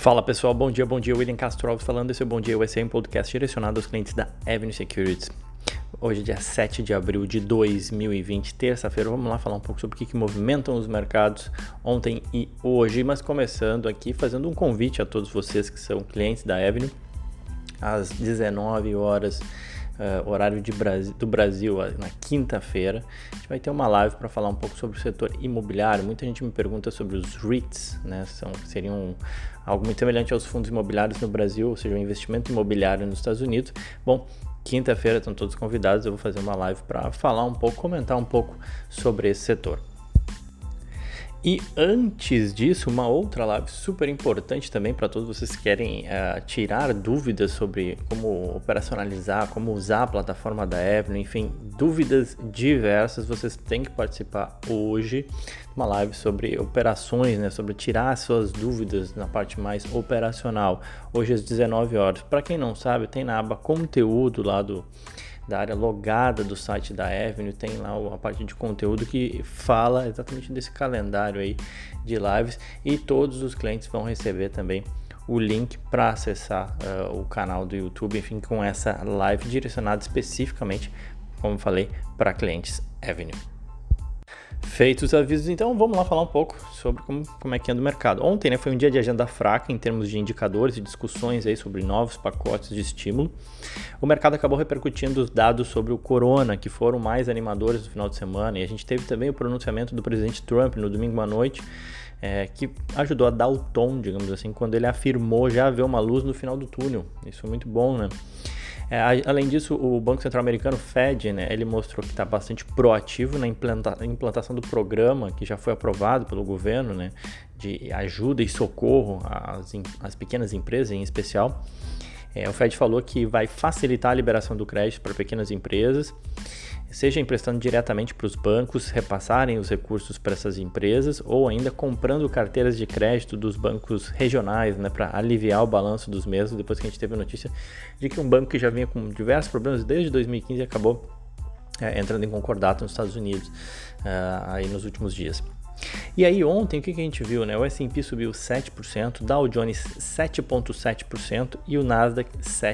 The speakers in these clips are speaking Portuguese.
Fala pessoal, bom dia, William Castro Alves falando, esse é o Bom Dia USA, um podcast direcionado aos clientes da Avenue Securities. Hoje é dia 7 de abril de 2020, terça-feira, vamos lá falar um pouco sobre o que movimentam os mercados ontem e hoje, mas começando aqui fazendo um convite a todos vocês que são clientes da Avenue, às 19 horas, horário do Brasil, na quinta-feira, a gente vai ter uma live para falar um pouco sobre o setor imobiliário. Muita gente me pergunta sobre os REITs, né? Seriam algo muito semelhante aos fundos imobiliários no Brasil, ou seja, o investimento imobiliário nos Estados Unidos. Bom, quinta-feira estão todos convidados, eu vou fazer uma live para falar um pouco, comentar um pouco sobre esse setor. E antes disso, uma outra live super importante também para todos vocês que querem tirar dúvidas sobre como operacionalizar, como usar a plataforma da Avenue, enfim, dúvidas diversas, vocês têm que participar hoje de uma live sobre operações, né, sobre tirar as suas dúvidas na parte mais operacional, hoje às 19 horas. Para quem não sabe, tem na aba conteúdo lá da área logada do site da Avenue, tem lá a parte de conteúdo que fala exatamente desse calendário aí de lives, e todos os clientes vão receber também o link para acessar o canal do YouTube, enfim, com essa live direcionada especificamente, como eu falei, para clientes Avenue. Feitos os avisos, então vamos lá falar um pouco sobre como é que anda o mercado. Ontem, né, foi um dia de agenda fraca em termos de indicadores e discussões aí sobre novos pacotes de estímulo. O mercado acabou repercutindo os dados sobre o corona, que foram mais animadores no final de semana, e a gente teve também o pronunciamento do presidente Trump no domingo à noite, que ajudou a dar o tom, digamos assim, quando ele afirmou já haver uma luz no final do túnel. Isso foi muito bom, né? Além disso, o Banco Central Americano, Fed, né, ele mostrou que está bastante proativo na implantação do programa que já foi aprovado pelo governo, né, de ajuda e socorro às pequenas empresas em especial. O Fed falou que vai facilitar a liberação do crédito para pequenas empresas, seja emprestando diretamente para os bancos repassarem os recursos para essas empresas, ou ainda comprando carteiras de crédito dos bancos regionais, né, para aliviar o balanço dos mesmos, depois que a gente teve a notícia de que um banco que já vinha com diversos problemas desde 2015 acabou entrando em concordato nos Estados Unidos aí nos últimos dias. E aí ontem o que a gente viu, né? O S&P subiu 7%, Dow Jones 7,7% e o Nasdaq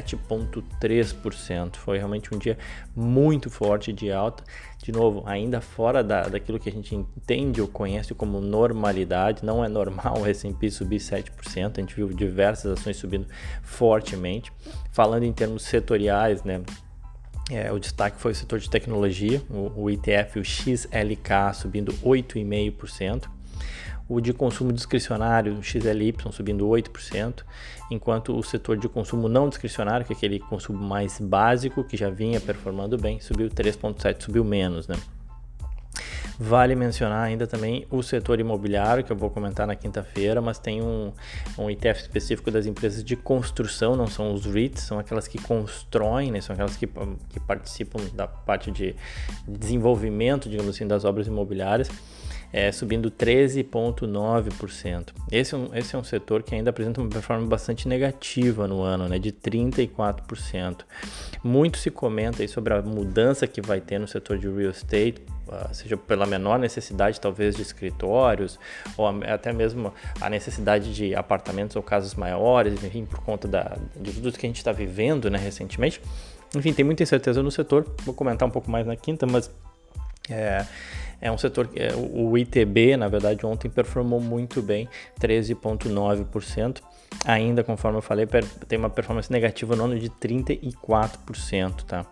7,3%. Foi realmente um dia muito forte de alta, de novo, ainda fora daquilo que a gente entende ou conhece como normalidade. Não é normal o S&P subir 7%, a gente viu diversas ações subindo fortemente. Falando em termos setoriais, né? O destaque foi o setor de tecnologia, o ETF, o XLK, subindo 8,5%. O de consumo discricionário, o XLY, subindo 8%, enquanto o setor de consumo não discricionário, que é aquele consumo mais básico, que já vinha performando bem, subiu 3,7%, subiu menos, né? Vale mencionar ainda também o setor imobiliário, que eu vou comentar na quinta-feira, mas tem um ETF específico das empresas de construção, não são os REITs, são aquelas que constroem, né? São aquelas que participam da parte de desenvolvimento, digamos assim, das obras imobiliárias, subindo 13,9%. Esse é um setor que ainda apresenta uma performance bastante negativa no ano, né, de 34%. Muito se comenta aí sobre a mudança que vai ter no setor de real estate, seja pela menor necessidade talvez de escritórios, ou até mesmo a necessidade de apartamentos ou casas maiores, enfim, por conta de tudo que a gente está vivendo, né, recentemente. Enfim, tem muita incerteza no setor, vou comentar um pouco mais na quinta, mas é um setor que o ITB, na verdade, ontem performou muito bem, 13,9%. Ainda, conforme eu falei, tem uma performance negativa no ano de 34%, tá?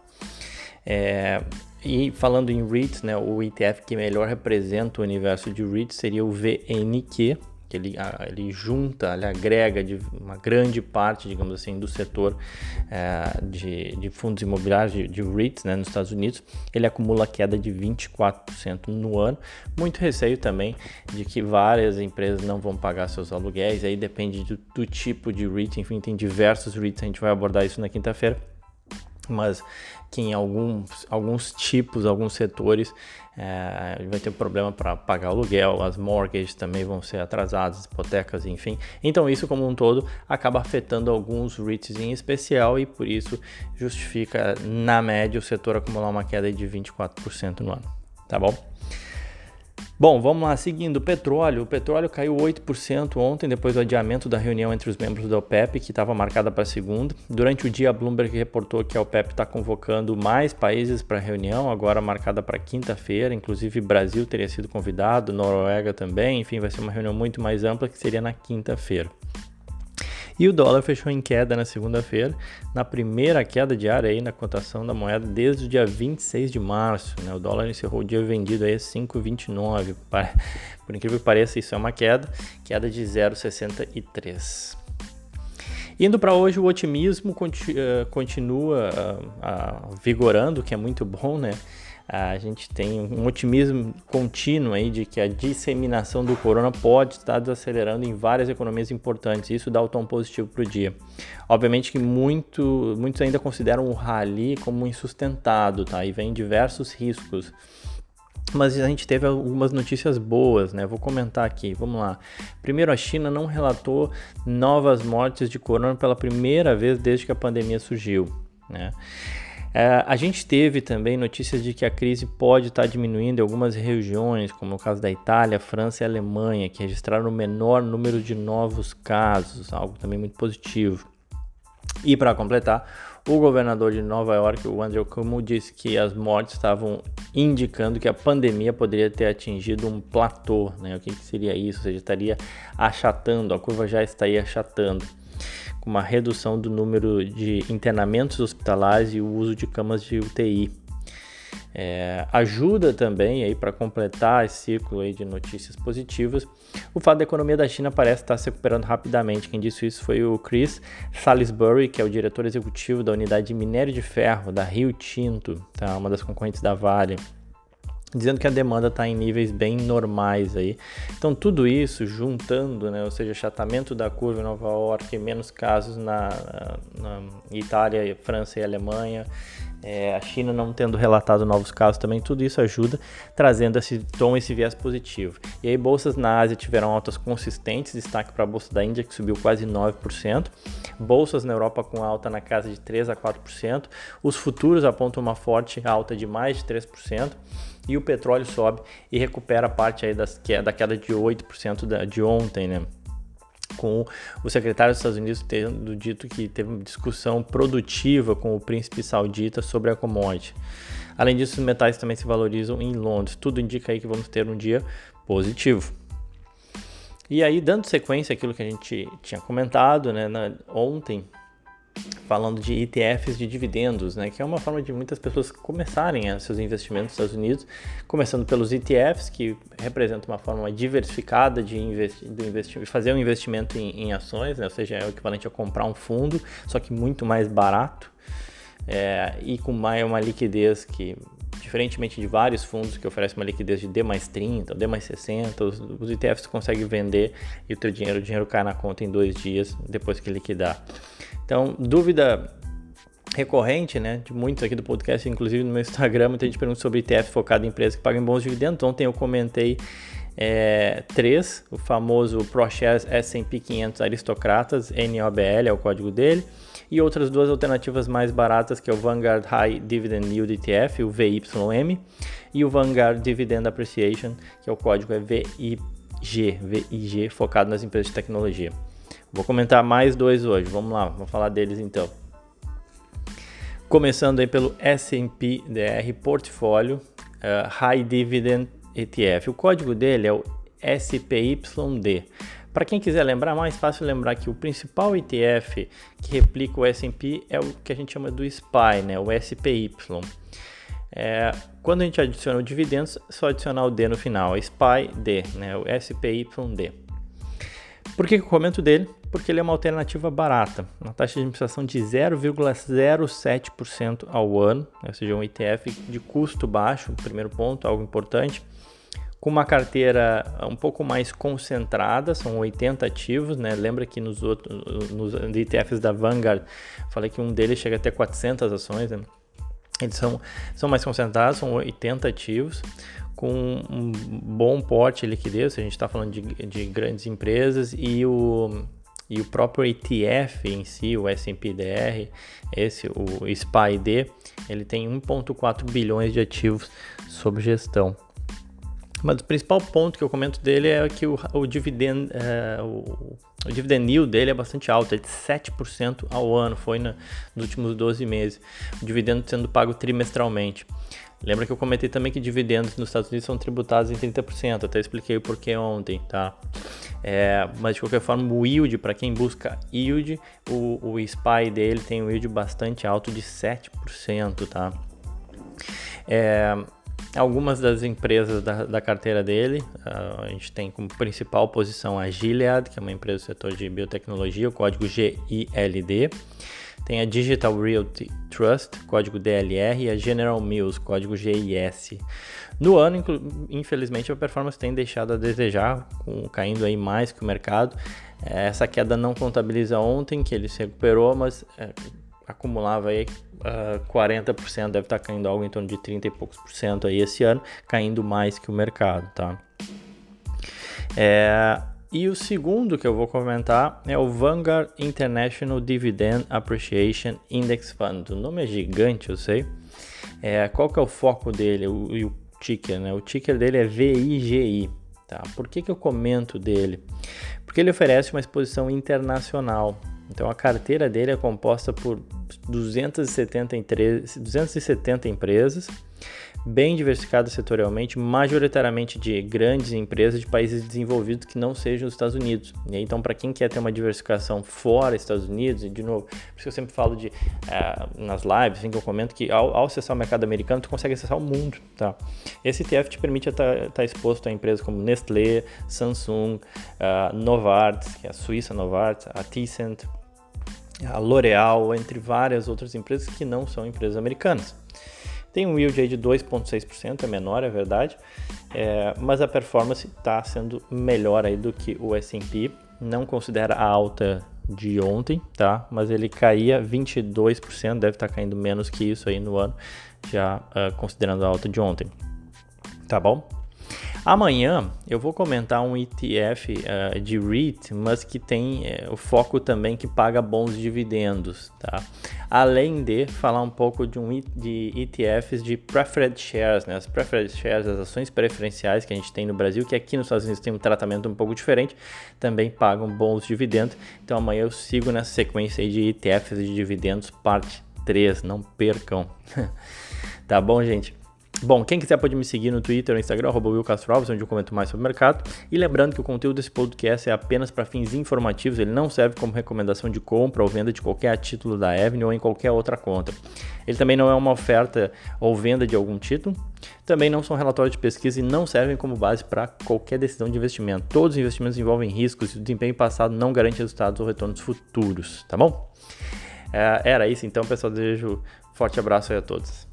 E falando em REITs, né, o ETF que melhor representa o universo de REITs seria o VNQ, que ele junta, ele agrega de uma grande parte, digamos assim, do setor de fundos imobiliários, de REITs, né, nos Estados Unidos. Ele acumula queda de 24% no ano. Muito receio também de que várias empresas não vão pagar seus aluguéis, aí depende do tipo de REIT, enfim, tem diversos REITs, a gente vai abordar isso na quinta-feira, mas que em alguns tipos, alguns setores, vai ter problema para pagar aluguel, as mortgages também vão ser atrasadas, hipotecas, enfim. Então isso como um todo acaba afetando alguns REITs em especial, e por isso justifica, na média, o setor acumular uma queda de 24% no ano, tá bom? Bom, vamos lá, seguindo o petróleo caiu 8% ontem, depois do adiamento da reunião entre os membros da OPEP, que estava marcada para segunda. Durante o dia, a Bloomberg reportou que a OPEP está convocando mais países para a reunião, agora marcada para quinta-feira, inclusive Brasil teria sido convidado, Noruega também, enfim, vai ser uma reunião muito mais ampla que seria na quinta-feira. E o dólar fechou em queda na segunda-feira, na primeira queda diária aí na cotação da moeda desde o dia 26 de março. Né? O dólar encerrou o dia vendido aí a 5,29. Por incrível que pareça, isso é uma queda de 0,63. Indo para hoje, o otimismo continua vigorando, que é muito bom, né? A gente tem um otimismo contínuo aí de que a disseminação do corona pode estar desacelerando em várias economias importantes. Isso dá o tom positivo para o dia. Obviamente que muitos ainda consideram o rally como insustentado, tá? E vem diversos riscos. Mas a gente teve algumas notícias boas, né? Vou comentar aqui, vamos lá. Primeiro, a China não relatou novas mortes de corona pela primeira vez desde que a pandemia surgiu, né? A gente teve também notícias de que a crise pode estar diminuindo em algumas regiões, como no caso da Itália, França e Alemanha, que registraram o menor número de novos casos, algo também muito positivo. E para completar, o governador de Nova York, o Andrew Cuomo, disse que as mortes estavam indicando que a pandemia poderia ter atingido um platô, né? O que seria isso? Ou seja, estaria achatando, a curva já estaria achatando, com uma redução do número de internamentos hospitalares e o uso de camas de UTI. Ajuda também aí para completar esse círculo aí de notícias positivas, o fato da economia da China parece estar se recuperando rapidamente. Quem disse isso foi o Chris Salisbury, que é o diretor executivo da unidade de minério de ferro da Rio Tinto, tá? Uma das concorrentes da Vale, dizendo que a demanda está em níveis bem normais aí. Então tudo isso juntando, né, ou seja, achatamento da curva em Nova York, menos casos na Itália, França e Alemanha, a China não tendo relatado novos casos também, tudo isso ajuda, trazendo esse tom, esse viés positivo. E aí bolsas na Ásia tiveram altas consistentes, destaque para a bolsa da Índia, que subiu quase 9%, bolsas na Europa com alta na casa de 3 a 4%, os futuros apontam uma forte alta de mais de 3%, e o petróleo sobe e recupera parte aí da queda de 8% de ontem, né? Com o secretário dos Estados Unidos tendo dito que teve uma discussão produtiva com o príncipe saudita sobre a commodity. Além disso, os metais também se valorizam em Londres. Tudo indica aí que vamos ter um dia positivo. E aí, dando sequência àquilo que a gente tinha comentado, né, ontem, falando de ETFs de dividendos, né, que é uma forma de muitas pessoas começarem seus investimentos nos Estados Unidos, começando pelos ETFs, que representam uma forma diversificada de fazer um investimento em ações, né, ou seja, é o equivalente a comprar um fundo, só que muito mais barato, e com uma liquidez que, diferentemente de vários fundos que oferecem uma liquidez de D mais 30, D mais 60, os ETFs conseguem vender e o dinheiro cai na conta em 2 dias depois que liquidar. Então, dúvida recorrente, né, de muitos aqui do podcast, inclusive no meu Instagram, muita gente pergunta sobre ETF focado em empresas que pagam bons dividendos. Ontem eu comentei 3, o famoso ProShares S&P 500 Aristocratas, NOBL é o código dele, e outras 2 alternativas mais baratas, que é o Vanguard High Dividend Yield ETF, o VYM, e o Vanguard Dividend Appreciation, que é o código VIG, focado nas empresas de tecnologia. Vou comentar mais 2 hoje, vamos lá, vou falar deles então. Começando aí pelo S&P DR Portfólio High Dividend ETF. O código dele é o SPYD. Para quem quiser lembrar, mais fácil lembrar que o principal ETF que replica o S&P é o que a gente chama do SPY, né, o SPY. Quando a gente adiciona o dividendos, é só adicionar o D no final, SPYD, né, o SPYD. Por que eu comento dele? Porque ele é uma alternativa barata, uma taxa de administração de 0,07% ao ano, ou seja, um ETF de custo baixo, primeiro ponto, algo importante, com uma carteira um pouco mais concentrada, são 80 ativos, né? Lembra que nos ETFs da Vanguard, falei que um deles chega até 400 ações, né? Eles são mais concentrados, são 80 ativos, com um bom porte de liquidez, a gente está falando de grandes empresas, e o próprio ETF em si, o S&P DR, o SPYD, ele tem 1,4 bilhões de ativos sob gestão. Mas o principal ponto que eu comento dele é que o dividend yield dele é bastante alto, é de 7% ao ano, foi nos últimos 12 meses, o dividendo sendo pago trimestralmente. Lembra que eu comentei também que dividendos nos Estados Unidos são tributados em 30%, até expliquei o porquê ontem, tá? Mas de qualquer forma, o yield, para quem busca yield, o SPY dele tem um yield bastante alto de 7%, tá? Algumas das empresas da carteira dele, a gente tem como principal posição a Gilead, que é uma empresa do setor de biotecnologia, o código GILD. Tem a Digital Realty Trust, código DLR, e a General Mills, código GIS. No ano, infelizmente, a performance tem deixado a desejar, caindo aí mais que o mercado. Essa queda não contabiliza ontem, que ele se recuperou, mas acumulava aí 40%, deve estar caindo algo em torno de 30 e poucos por cento aí esse ano, caindo mais que o mercado, tá? E o segundo que eu vou comentar é o Vanguard International Dividend Appreciation Index Fund. O nome é gigante, eu sei. Qual que é o foco dele e o ticker, né? O ticker dele é VIGI. Tá? Por que eu comento dele? Porque ele oferece uma exposição internacional. Então a carteira dele é composta por 270 empresas, bem diversificadas setorialmente, majoritariamente de grandes empresas de países desenvolvidos que não sejam os Estados Unidos. E aí, então, para quem quer ter uma diversificação fora dos Estados Unidos, e de novo, por isso que eu sempre falo nas lives, assim, que eu comento que ao acessar o mercado americano, tu consegue acessar o mundo. Tá? Esse ETF te permite estar exposto a empresas como Nestlé, Samsung, Novartis, que é a Suíça Novartis, a Thyssen, a L'Oréal, entre várias outras empresas que não são empresas americanas. Tem um yield aí de 2,6%, é menor, é verdade, mas a performance está sendo melhor aí do que o S&P. Não considera a alta de ontem, tá? Mas ele caía 22%, deve estar caindo menos que isso aí no ano, já considerando a alta de ontem. Tá bom? Amanhã eu vou comentar um ETF de REIT, mas que tem o foco também que paga bons dividendos, tá? Além de falar um pouco de ETFs de Preferred Shares, né? As Preferred Shares, as ações preferenciais que a gente tem no Brasil, que aqui nos Estados Unidos tem um tratamento um pouco diferente, também pagam bons dividendos. Então amanhã eu sigo nessa sequência aí de ETFs de dividendos, parte 3, não percam. Tá bom, gente? Bom, quem quiser pode me seguir no Twitter ou Instagram, @WillCastroAlves, onde eu comento mais sobre o mercado. E lembrando que o conteúdo desse podcast é apenas para fins informativos, ele não serve como recomendação de compra ou venda de qualquer título da Avenue ou em qualquer outra conta. Ele também não é uma oferta ou venda de algum título, também não são relatórios de pesquisa e não servem como base para qualquer decisão de investimento. Todos os investimentos envolvem riscos e o desempenho passado não garante resultados ou retornos futuros, tá bom? Era isso então, pessoal. Desejo um forte abraço aí a todos.